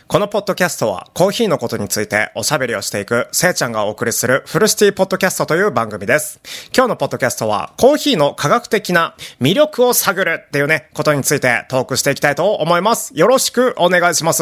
このポッドキャストはコーヒーのことについておしゃべりをしていくせいちゃんがお送りするフルシティポッドキャストという番組です。今日のポッドキャストはコーヒーの科学的な魅力を探るっていうね、ことについてトークしていきたいと思います。よろしくお願いします。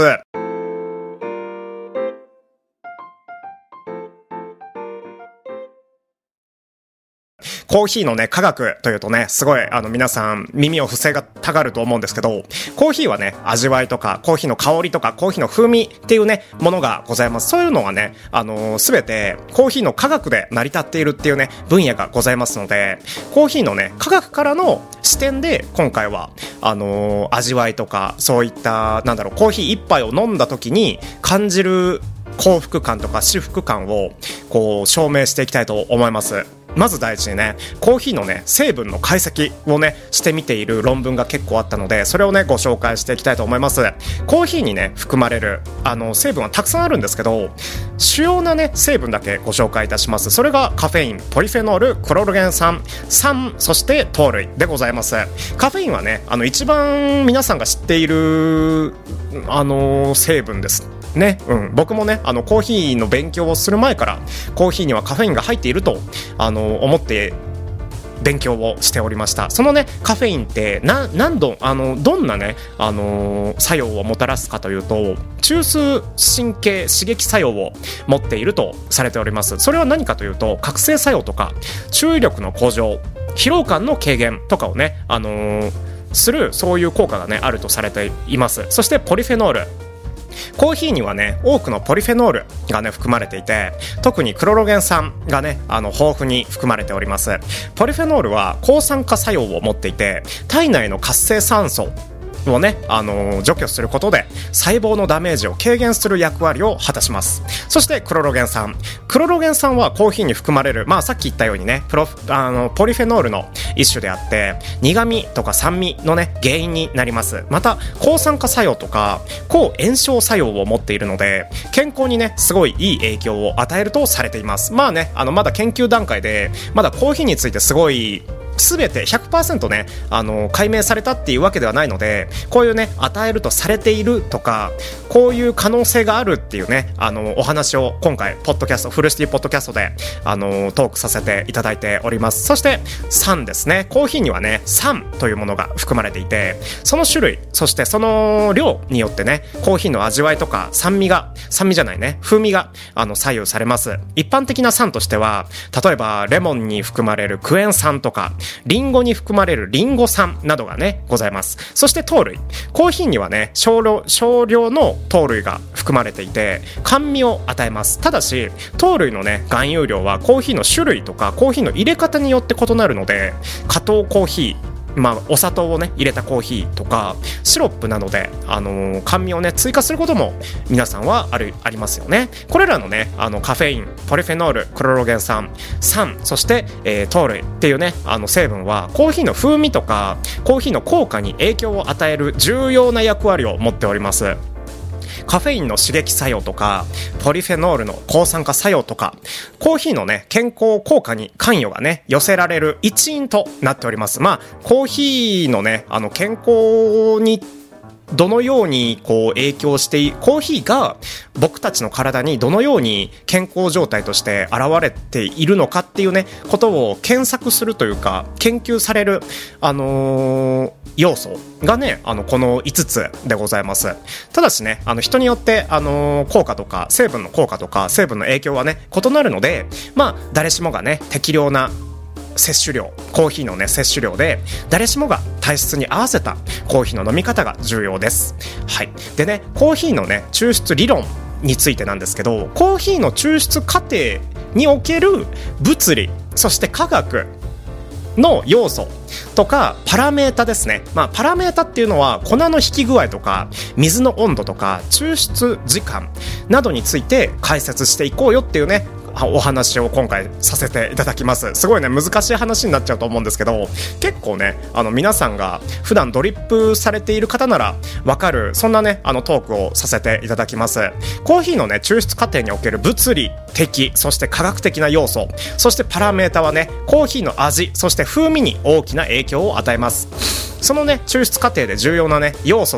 コーヒーのね、科学というとね、すごい皆さん耳を塞がたがると思うんですけど、コーヒーはね、味わいとかコーヒーの香りとかコーヒーの風味っていうね、ものがございます。そういうのはね、すべてコーヒーの科学で成り立っているっていうね、分野がございますので、コーヒーのね、科学からの視点で今回は味わいとかそういったコーヒー一杯を飲んだ時に感じる幸福感とか至福感をこう証明していきたいと思います。まず第一にね、コーヒーのね、成分の解析をね、してみている論文が結構あったので、それをね、ご紹介していきたいと思います。コーヒーにね、含まれる、成分はたくさんあるんですけど、主要なね、成分だけご紹介いたします。それがカフェイン、ポリフェノール、クロロゲン酸、酸、そして糖類でございます。カフェインはね、一番皆さんが知っている、成分ですね。僕もね、コーヒーの勉強をする前からコーヒーにはカフェインが入っていると思って勉強をしておりました。そのね、カフェインってどんなね、作用をもたらすかというと、中枢神経刺激作用を持っているとされております。それは何かというと、覚醒作用とか注意力の向上、疲労感の軽減とかをね、するそういう効果がね、あるとされています。そしてポリフェノール、コーヒーにはね、多くのポリフェノールがね、含まれていて、特にクロロゲン酸がね、豊富に含まれております。ポリフェノールは抗酸化作用を持っていて、体内の活性酸素をね、除去することで細胞のダメージを軽減する役割を果たします。そしてクロロゲン酸はコーヒーに含まれる、さっき言ったようにね、ポリフェノールの一種であって、苦味とか酸味のね、原因になります。また抗酸化作用とか抗炎症作用を持っているので、健康にね、すごいいい影響を与えるとされています。まだ研究段階で、まだコーヒーについてすごい全て 100% ね、解明されたっていうわけではないので、こういうね、与えるとされているとか、こういう可能性があるっていうね、お話を今回フルシティポッドキャストでトークさせていただいております。そして酸ですね。コーヒーにはね、酸というものが含まれていて、その種類、そしてその量によってね、コーヒーの味わいとか風味が左右されます。一般的な酸としては、例えばレモンに含まれるクエン酸とか、リンゴに含まれるリンゴ酸などがね、ございます。そして糖類、コーヒーにはね、少量の糖類が含まれていて、甘味を与えます。ただし糖類のね、含有量はコーヒーの種類とかコーヒーの入れ方によって異なるので、加糖コーヒー、お砂糖をね、入れたコーヒーとかシロップなどで、甘味をね、追加することも皆さんはありますよね。これらのね、カフェイン、ポリフェノール、クロロゲン酸、酸、そして、糖類っていうね、成分はコーヒーの風味とかコーヒーの効果に影響を与える重要な役割を持っております。カフェインの刺激作用とか、ポリフェノールの抗酸化作用とか、コーヒーのね、健康効果に関与がね、寄せられる一因となっております。コーヒーのね、健康にどのようにこう影響してコーヒーが僕たちの体にどのように健康状態として現れているのかっていうね、ことを検索するというか研究される、要素がね、この5つでございます。ただしね、人によって、効果とか成分の効果とか成分の影響はね、異なるので、誰しもがね、適量な摂取量、コーヒーのね、摂取量で誰しもが体質に合わせたコーヒーの飲み方が重要です。はい。でね、コーヒーのね、抽出理論についてなんですけど、コーヒーの抽出過程における物理、そして化学の要素とかパラメータですね。パラメータっていうのは粉の引き具合とか水の温度とか抽出時間などについて解説していこうよっていうね、お話を今回させていただきます。すごいね、難しい話になっちゃうと思うんですけど、結構ね、皆さんが普段ドリップされている方ならわかる、そんなね、トークをさせていただきます。コーヒーのね、抽出過程における物理的、そして科学的な要素、そしてパラメータはね、コーヒーの味、そして風味に大きな影響を与えます。そのね、抽出過程で重要なね、要素と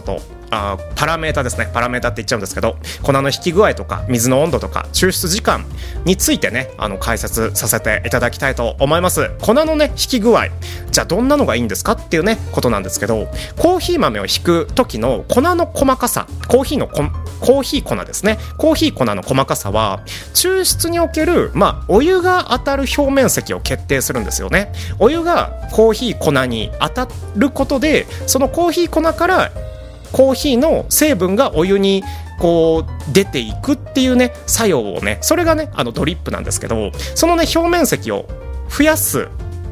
パラメータですね。パラメータって言っちゃうんですけど、粉の引き具合とか水の温度とか抽出時間についてね解説させていただきたいと思います。粉のね引き具合、じゃあどんなのがいいんですかっていうねことなんですけど、コーヒー豆を引く時の粉の細かさ、コーヒー粉ですね。コーヒー粉の細かさは抽出におけるお湯が当たる表面積を決定するんですよね。お湯がコーヒー粉に当たることで、そのコーヒー粉からコーヒーの成分がお湯にこう出ていくっていうね作用をね、それがねドリップなんですけど、そのね表面積を増やす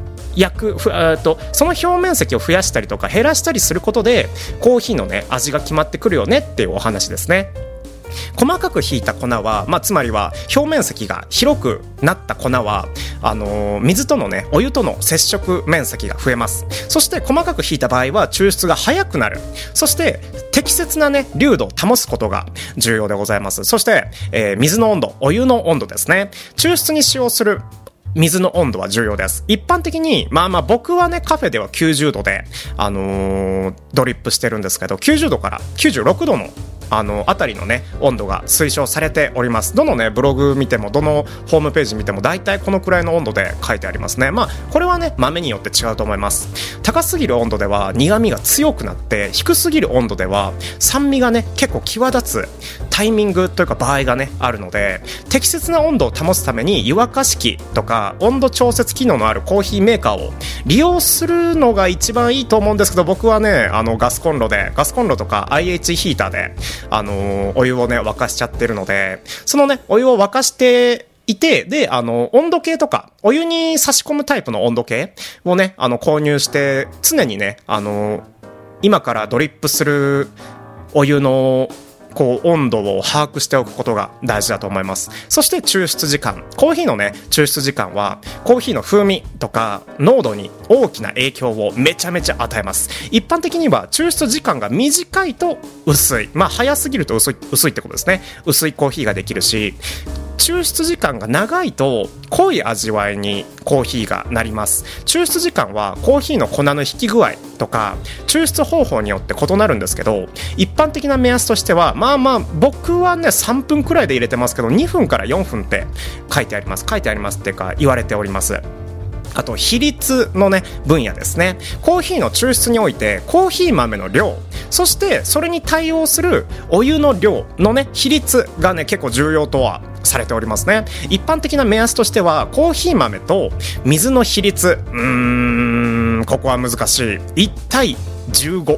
その表面積を増やしたりとか減らしたりすることでコーヒーのね味が決まってくるよねっていうお話ですね。細かくひいた粉は、つまりは表面積が広くなった粉は水とのねお湯との接触面積が増えます。そして細かくひいた場合は抽出が早くなる。そして適切なね粒度を保つことが重要でございます。そして、水の温度、お湯の温度ですね。抽出に使用する水の温度は重要です。一般的に僕はねカフェでは90度でドリップしてるんですけど、90度から96度のあたりのね温度が推奨されております。どのねブログ見てもどのホームページ見ても大体このくらいの温度で書いてありますね。これはね豆によって違うと思います。高すぎる温度では苦味が強くなって、低すぎる温度では酸味がね結構際立つタイミングというか場合がねあるので、適切な温度を保つために湯沸かし器とか温度調節機能のあるコーヒーメーカーを利用するのが一番いいと思うんですけど、僕はねガスコンロとか IH ヒーターでお湯をね沸かしちゃってるので、そのねお湯を沸かしていて、で温度計とかお湯に差し込むタイプの温度計をね購入して、常にね今からドリップするお湯の温度を把握しておくことが大事だと思います。そして抽出時間、コーヒーのね抽出時間はコーヒーの風味とか濃度に大きな影響をめちゃめちゃ与えます。一般的には抽出時間が短いと薄い、早すぎると薄いってことですね。薄いコーヒーができるし、抽出時間が長いと濃い味わいにコーヒーがなります。抽出時間はコーヒーの粉の引き具合とか抽出方法によって異なるんですけど、一般的な目安としては僕はね3分くらいで入れてますけど、2分から4分って書いてありますっていうか言われております。あと比率のね分野ですね。コーヒーの抽出においてコーヒー豆の量、そしてそれに対応するお湯の量のね比率がね結構重要とはされておりますね。一般的な目安としてはコーヒー豆と水の比率、ここは難しい。1対15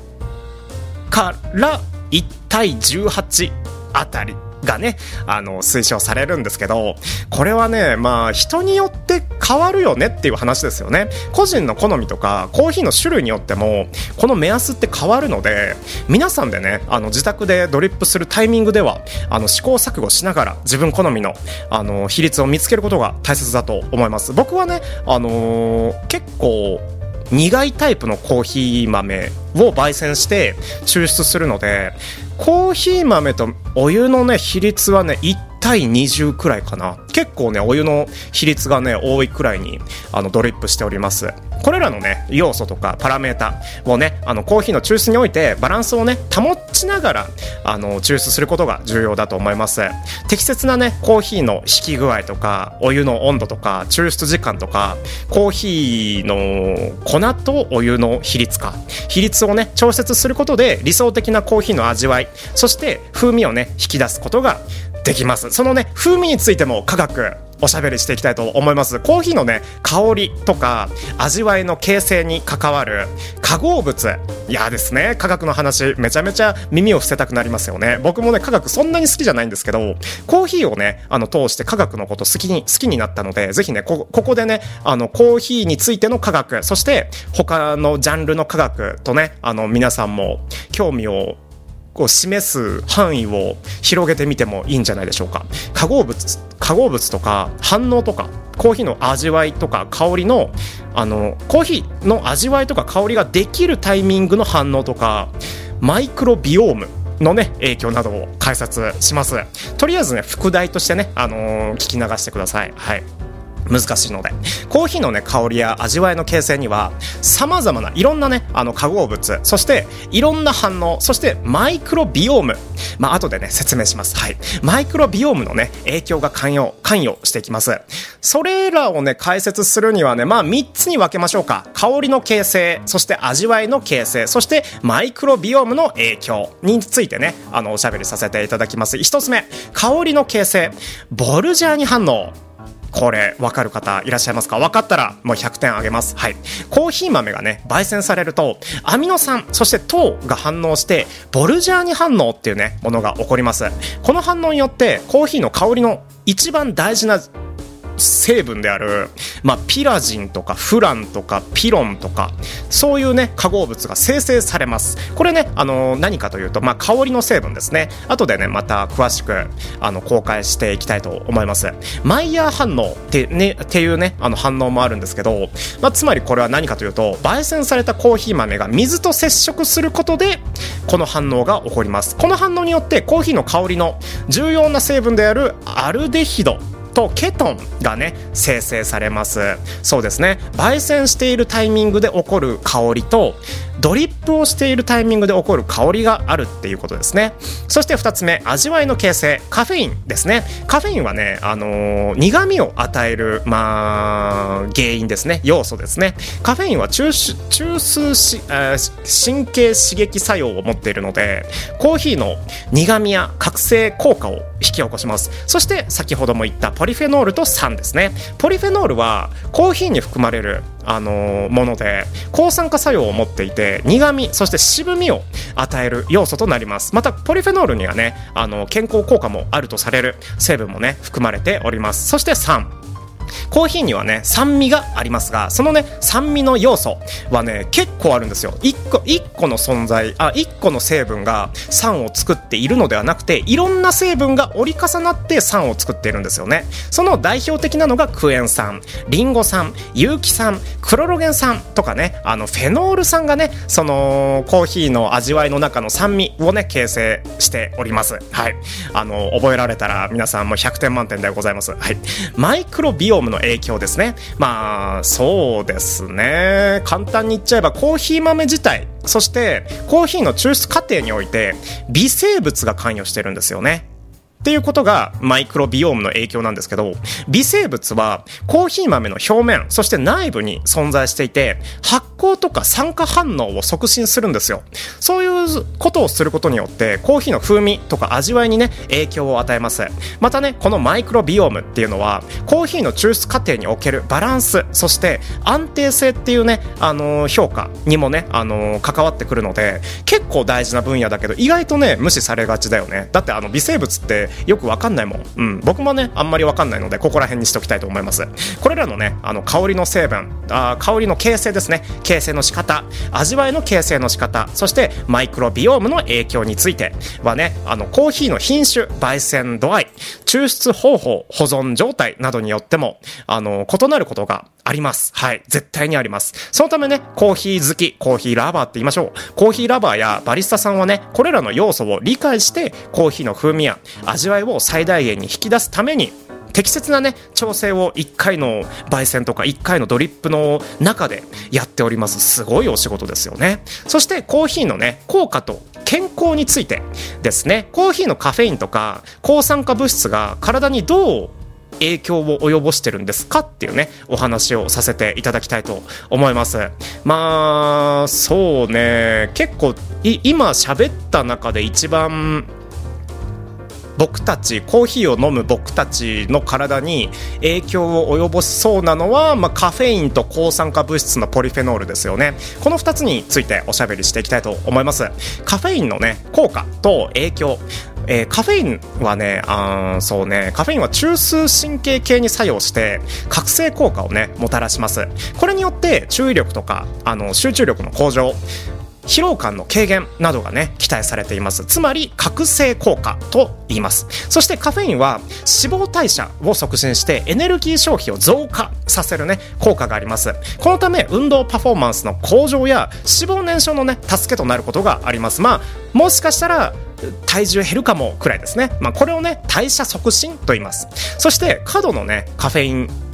から1対18あたりがね推奨されるんですけど、これはね人によって変わるよねっていう話ですよね。個人の好みとかコーヒーの種類によってもこの目安って変わるので、皆さんでね自宅でドリップするタイミングでは試行錯誤しながら自分好みの比率を見つけることが大切だと思います。僕はね結構苦いタイプのコーヒー豆を焙煎して抽出するので、コーヒー豆とお湯のね比率はね1対20くらいかな。結構ねお湯の比率がね多いくらいにドリップしております。これらのね要素とかパラメータをねコーヒーの抽出においてバランスをね保ちながら抽出することが重要だと思います。適切なねコーヒーの引き具合とかお湯の温度とか抽出時間とかコーヒーの粉とお湯の比率をね調節することで理想的なコーヒーの味わい、そして風味をね引き出すことができます。そのね風味についても科学おしゃべりしていきたいと思います。コーヒーのね香りとか味わいの形成に関わる化合物、いやですね、科学の話めちゃめちゃ耳を伏せたくなりますよね。僕もね科学そんなに好きじゃないんですけど、コーヒーをね通して科学のこと好きになったので、ぜひねここでねコーヒーについての科学、そして他のジャンルの科学とね皆さんも興味を示す範囲を広げてみてもいいんじゃないでしょうか。化合物とか反応とかコーヒーの味わいとか香りのコーヒーの味わいとか香りができるタイミングの反応とかマイクロビオームのね影響などを解説します。とりあえずね副題としてね聞き流してください。はい。 難しいので、コーヒーのね香りや味わいの形成には様々ないろんなね化合物、そしていろんな反応、そしてマイクロビオーム、後でね説明します。はい、マイクロビオームのね影響が関与していきます。それらをね解説するにはね3つに分けましょうか。香りの形成、そして味わいの形成、そしてマイクロビオームの影響についてねおしゃべりさせていただきます。1つ目、香りの形成、ボルジャーニ反応。これ分かる方いらっしゃいますか？分かったらもう100点あげます。はい、コーヒー豆がね焙煎されるとアミノ酸、そして糖が反応してボルジャーニ反応っていうねものが起こります。この反応によってコーヒーの香りの一番大事な成分である、ピラジンとかフランとかピロンとかそういうね化合物が生成されます。これね何かというと、香りの成分ですね。後でねまた詳しく公開していきたいと思います。マイヤー反応っていうね反応もあるんですけど、つまりこれは何かというと、焙煎されたコーヒー豆が水と接触することでこの反応が起こります。この反応によってコーヒーの香りの重要な成分であるアルデヒドとケトンがね生成されます。そうですね、焙煎しているタイミングで起こる香りとドリップをしているタイミングで起こる香りがあるっていうことですね。そして2つ目、味わいの形成、カフェインですね。カフェインはね、苦味を与える、原因ですね、要素ですね。カフェインは中枢神経刺激作用を持っているので、コーヒーの苦味や覚醒効果を引き起こします。そして先ほども言ったポリフェノールと酸ですね。ポリフェノールはコーヒーに含まれるもので抗酸化作用を持っていて、苦味そして渋みを与える要素となります。またポリフェノールにはね健康効果もあるとされる成分もね含まれております。そして酸、コーヒーにはね酸味がありますが、そのね酸味の要素はね結構あるんですよ。1個の成分が酸を作っているのではなくて、いろんな成分が折り重なって酸を作っているんですよね。その代表的なのがクエン酸、リンゴ酸、有機酸、クロロゲン酸とかねフェノール酸がねそのコーヒーの味わいの中の酸味をね形成しております。はい、覚えられたら皆さんも100点満点でございます。はい、マイクロビオームの影響ですね。そうですね、簡単に言っちゃえばコーヒー豆自体、そしてコーヒーの抽出過程において微生物が関与してるんですよねっていうことがマイクロビオームの影響なんですけど、微生物はコーヒー豆の表面そして内部に存在していて、発酵とか酸化反応を促進するんですよ。そういうことをすることによってコーヒーの風味とか味わいにね影響を与えます。またねこのマイクロビオームっていうのはコーヒーの抽出過程におけるバランス、そして安定性っていうね評価にもね関わってくるので、結構大事な分野だけど意外とね無視されがちだよね。だって微生物ってよくわかんないもん。僕もねあんまりわかんないのでここら辺にしときたいと思います。これらのね香りの成分、香りの形成ですね、形成の仕方、味わいの形成の仕方、そしてマイクロビオームの影響についてはねコーヒーの品種、焙煎度合い、抽出方法、保存状態などによっても異なることがあります。はい、絶対にあります。そのためねコーヒー好き、コーヒーラバーって言いましょう。コーヒーラバーやバリスタさんはねこれらの要素を理解してコーヒーの風味や味わいを最大限に引き出すために適切なね調整を1回の焙煎とか1回のドリップの中でやっております。すごいお仕事ですよね。そしてコーヒーのね効果と健康についてですね、コーヒーのカフェインとか抗酸化物質が体にどう影響を及ぼしてるんですかっていうねお話をさせていただきたいと思います。そうね、結構今喋った中で一番僕たちコーヒーを飲む僕たちの体に影響を及ぼしそうなのは、カフェインと抗酸化物質のポリフェノールですよね。この2つについておしゃべりしていきたいと思います。カフェインのね効果と影響、カフェインはねそうね、カフェインは中枢神経系に作用して覚醒効果をねもたらします。これによって注意力とか集中力の向上、疲労感の軽減などがね期待されています。つまり覚醒効果と言います。そしてカフェインは脂肪代謝を促進してエネルギー消費を増加させるね効果があります。このため運動パフォーマンスの向上や脂肪燃焼のね助けとなることがあります。もしかしたら体重減るかもくらいですね。これをね代謝促進と言います。そして過度のねカフェイン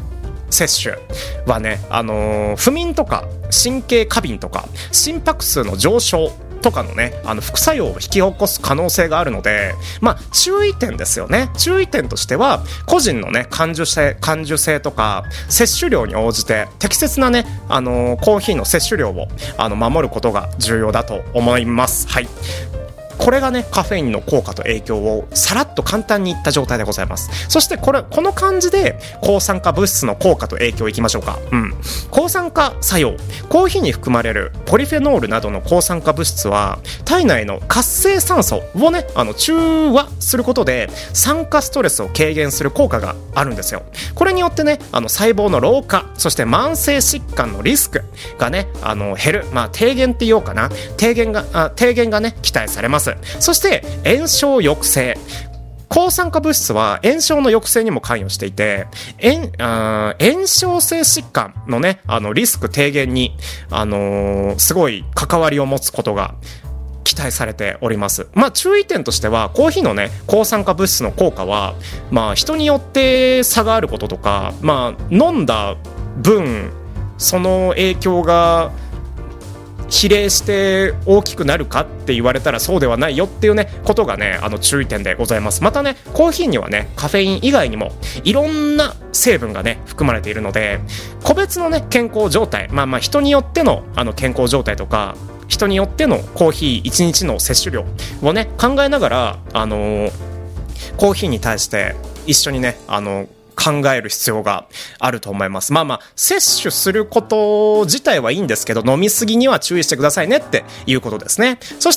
摂取はね、不眠とか神経過敏とか心拍数の上昇とかのね、副作用を引き起こす可能性があるので、注意点ですよね。注意点としては、個人のね、感受性とか、摂取量に応じて、適切なね、コーヒーの摂取量を、守ることが重要だと思います。はい。これがね、カフェインの効果と影響をさらっと簡単に言った状態でございます。そしてこの感じで抗酸化物質の効果と影響いきましょうか。抗酸化作用。コーヒーに含まれるポリフェノールなどの抗酸化物質は体内の活性酸素をね、中和することで酸化ストレスを軽減する効果があるんですよ。これによってね、細胞の老化、そして慢性疾患のリスクがね、減る、低減って言おうかな。低減がね、期待されます。そして炎症抑制。抗酸化物質は炎症の抑制にも関与していて、炎症性疾患のね、リスク低減に、すごい関わりを持つことが期待されております。注意点としては、コーヒーのね、抗酸化物質の効果は、人によって差があることとか、飲んだ分、その影響が比例して大きくなるかって言われたらそうではないよっていうねことがね注意点でございます。またねコーヒーにはねカフェイン以外にもいろんな成分がね含まれているので、個別のね健康状態、人によっての健康状態とか人によってのコーヒー1日の摂取量をね考えながらコーヒーに対して一緒にね考える必要があると思います。摂取すること自体はいいんですけど、飲みすぎには注意してくださいねっていうことですね。そして、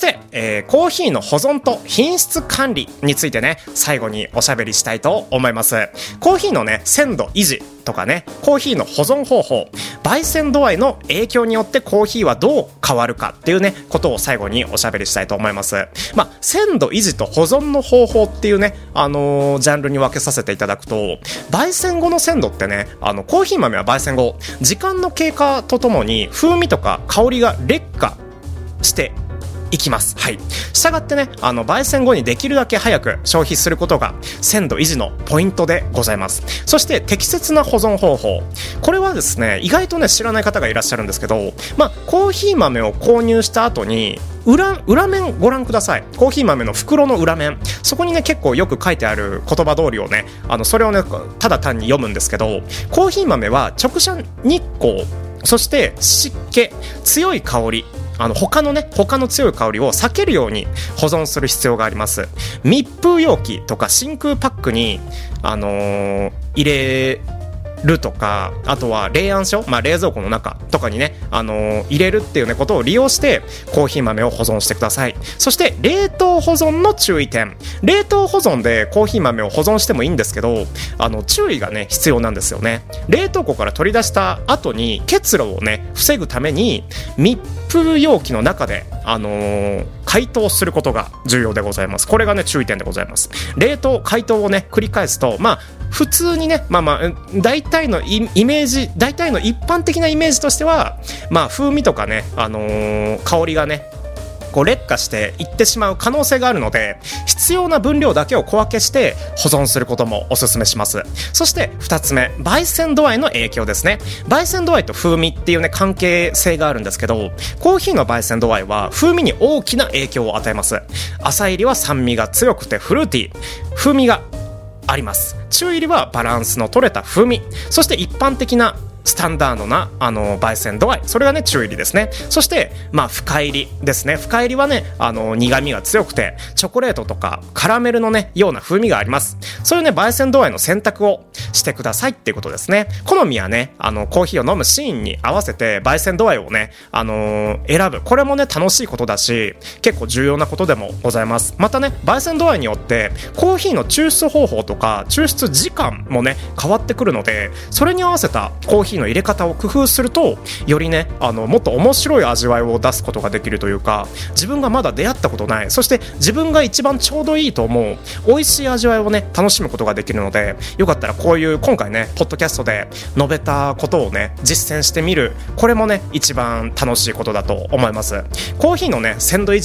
コーヒーの保存と品質管理についてね、最後におしゃべりしたいと思います。コーヒーのね、鮮度維持とかね、コーヒーの保存方法、焙煎度合いの影響によってコーヒーはどう変わるかっていうね、ことを最後におしゃべりしたいと思います。鮮度維持と保存の方法っていうね、ジャンルに分けさせていただくと、焙煎後の鮮度ってね、コーヒー豆は焙煎後、時間の経過とともに風味とか香りが劣化していきます。はい。したがってね、焙煎後にできるだけ早く消費することが鮮度維持のポイントでございます。そして適切な保存方法。これはですね、意外とね知らない方がいらっしゃるんですけど、コーヒー豆を購入した後に裏面ご覧ください。コーヒー豆の袋の裏面、そこにね結構よく書いてある言葉通りをね、それをねただ単に読むんですけど、コーヒー豆は直射日光、そして湿気、強い香り、他の強い香りを避けるように保存する必要があります。密封容器とか真空パックに、入れるとか、あとは冷暗所、冷蔵庫の中とかにね、入れるっていうねことを利用してコーヒー豆を保存してください。そして冷凍保存の注意点。冷凍保存でコーヒー豆を保存してもいいんですけど、注意がね必要なんですよね。冷凍庫から取り出した後に結露をね防ぐために密封容器の中で解凍することが重要でございます。これがね注意点でございます。冷凍解凍をね繰り返すと、普通にね、大体の一般的なイメージとしては、風味とかね、香りがね劣化していってしまう可能性があるので、必要な分量だけを小分けして保存することもおすすめします。そして2つ目、焙煎度合いの影響ですね。焙煎度合いと風味っていうね関係性があるんですけど、コーヒーの焙煎度合いは風味に大きな影響を与えます。浅入りは酸味が強くてフルーティー、風味があります。中入りはバランスの取れた風味、そして一般的なスタンダードな焙煎度合い、それがね中入りですね。そして深入りですね。深入りはね苦味が強くてチョコレートとかカラメルのねような風味があります。そういうね焙煎度合いの選択をしてくださいっていうことですね。好みはねコーヒーを飲むシーンに合わせて焙煎度合いをね選ぶ、これもね楽しいことだし結構重要なことでもございます。またね焙煎度合いによってコーヒーの抽出方法とか抽出時間もね変わってくるので、それに合わせたコーヒーの入れ方を工夫するとよりねもっと面白い味わいを出すことができるというか、自分がまだ出会ったことない、そして自分が一番ちょうどいいと思う美味しい味わいをね楽しむことができるので、よかったらこういう今回ねポッドキャストで述べたことをね実践してみる、これもね一番楽しいことだと思います。コーヒーのね鮮度維持、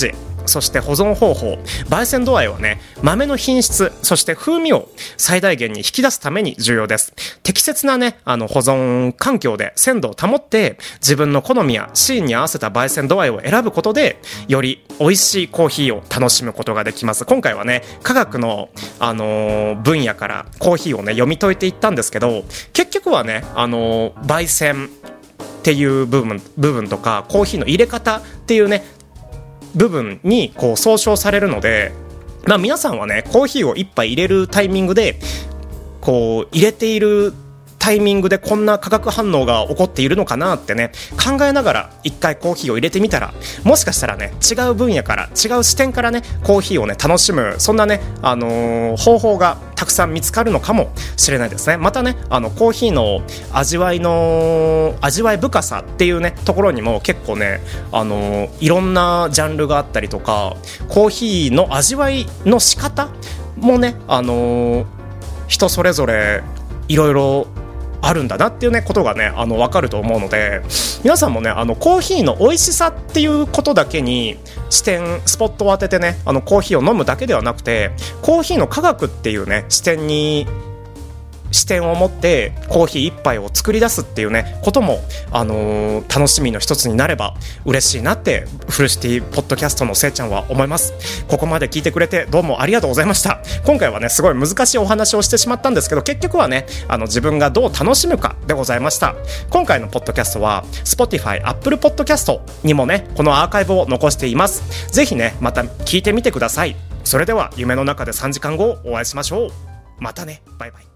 そして保存方法、焙煎度合いはね、豆の品質、そして風味を最大限に引き出すために重要です。適切なね、保存環境で鮮度を保って、自分の好みやシーンに合わせた焙煎度合いを選ぶことで、より美味しいコーヒーを楽しむことができます。今回はね、科学の、分野からコーヒーをね、読み解いていったんですけど、結局はね、焙煎っていう部分とか、コーヒーの入れ方っていうね、部分にこう総称されるので、皆さんはね、コーヒーを一杯入れるタイミングで、こう入れているタイミングでこんな化学反応が起こっているのかなってね、考えながら一回コーヒーを入れてみたら、もしかしたらね、違う分野から違う視点からね、コーヒーをね楽しむ、そんなね、方法がたくさん見つかるのかもしれないですね。またね、コーヒーの味わい深さっていうねところにも結構ね、いろんなジャンルがあったりとか、コーヒーの味わいの仕方もね、人それぞれいろいろあるんだなっていうねことがね、分かると思うので、皆さんもね、コーヒーの美味しさっていうことだけにスポットを当ててね、コーヒーを飲むだけではなくて、コーヒーの科学っていうね視点を持ってコーヒー一杯を作り出すっていうねことも、楽しみの一つになれば嬉しいなってフルシティポッドキャストのせいちゃんは思います。ここまで聞いてくれてどうもありがとうございました。今回はねすごい難しいお話をしてしまったんですけど、結局はね、自分がどう楽しむかでございました。今回のポッドキャストは Spotify、Apple Podcast にもねこのアーカイブを残しています。ぜひねまた聞いてみてください。それでは夢の中で3時間後お会いしましょう。またね、バイバイ。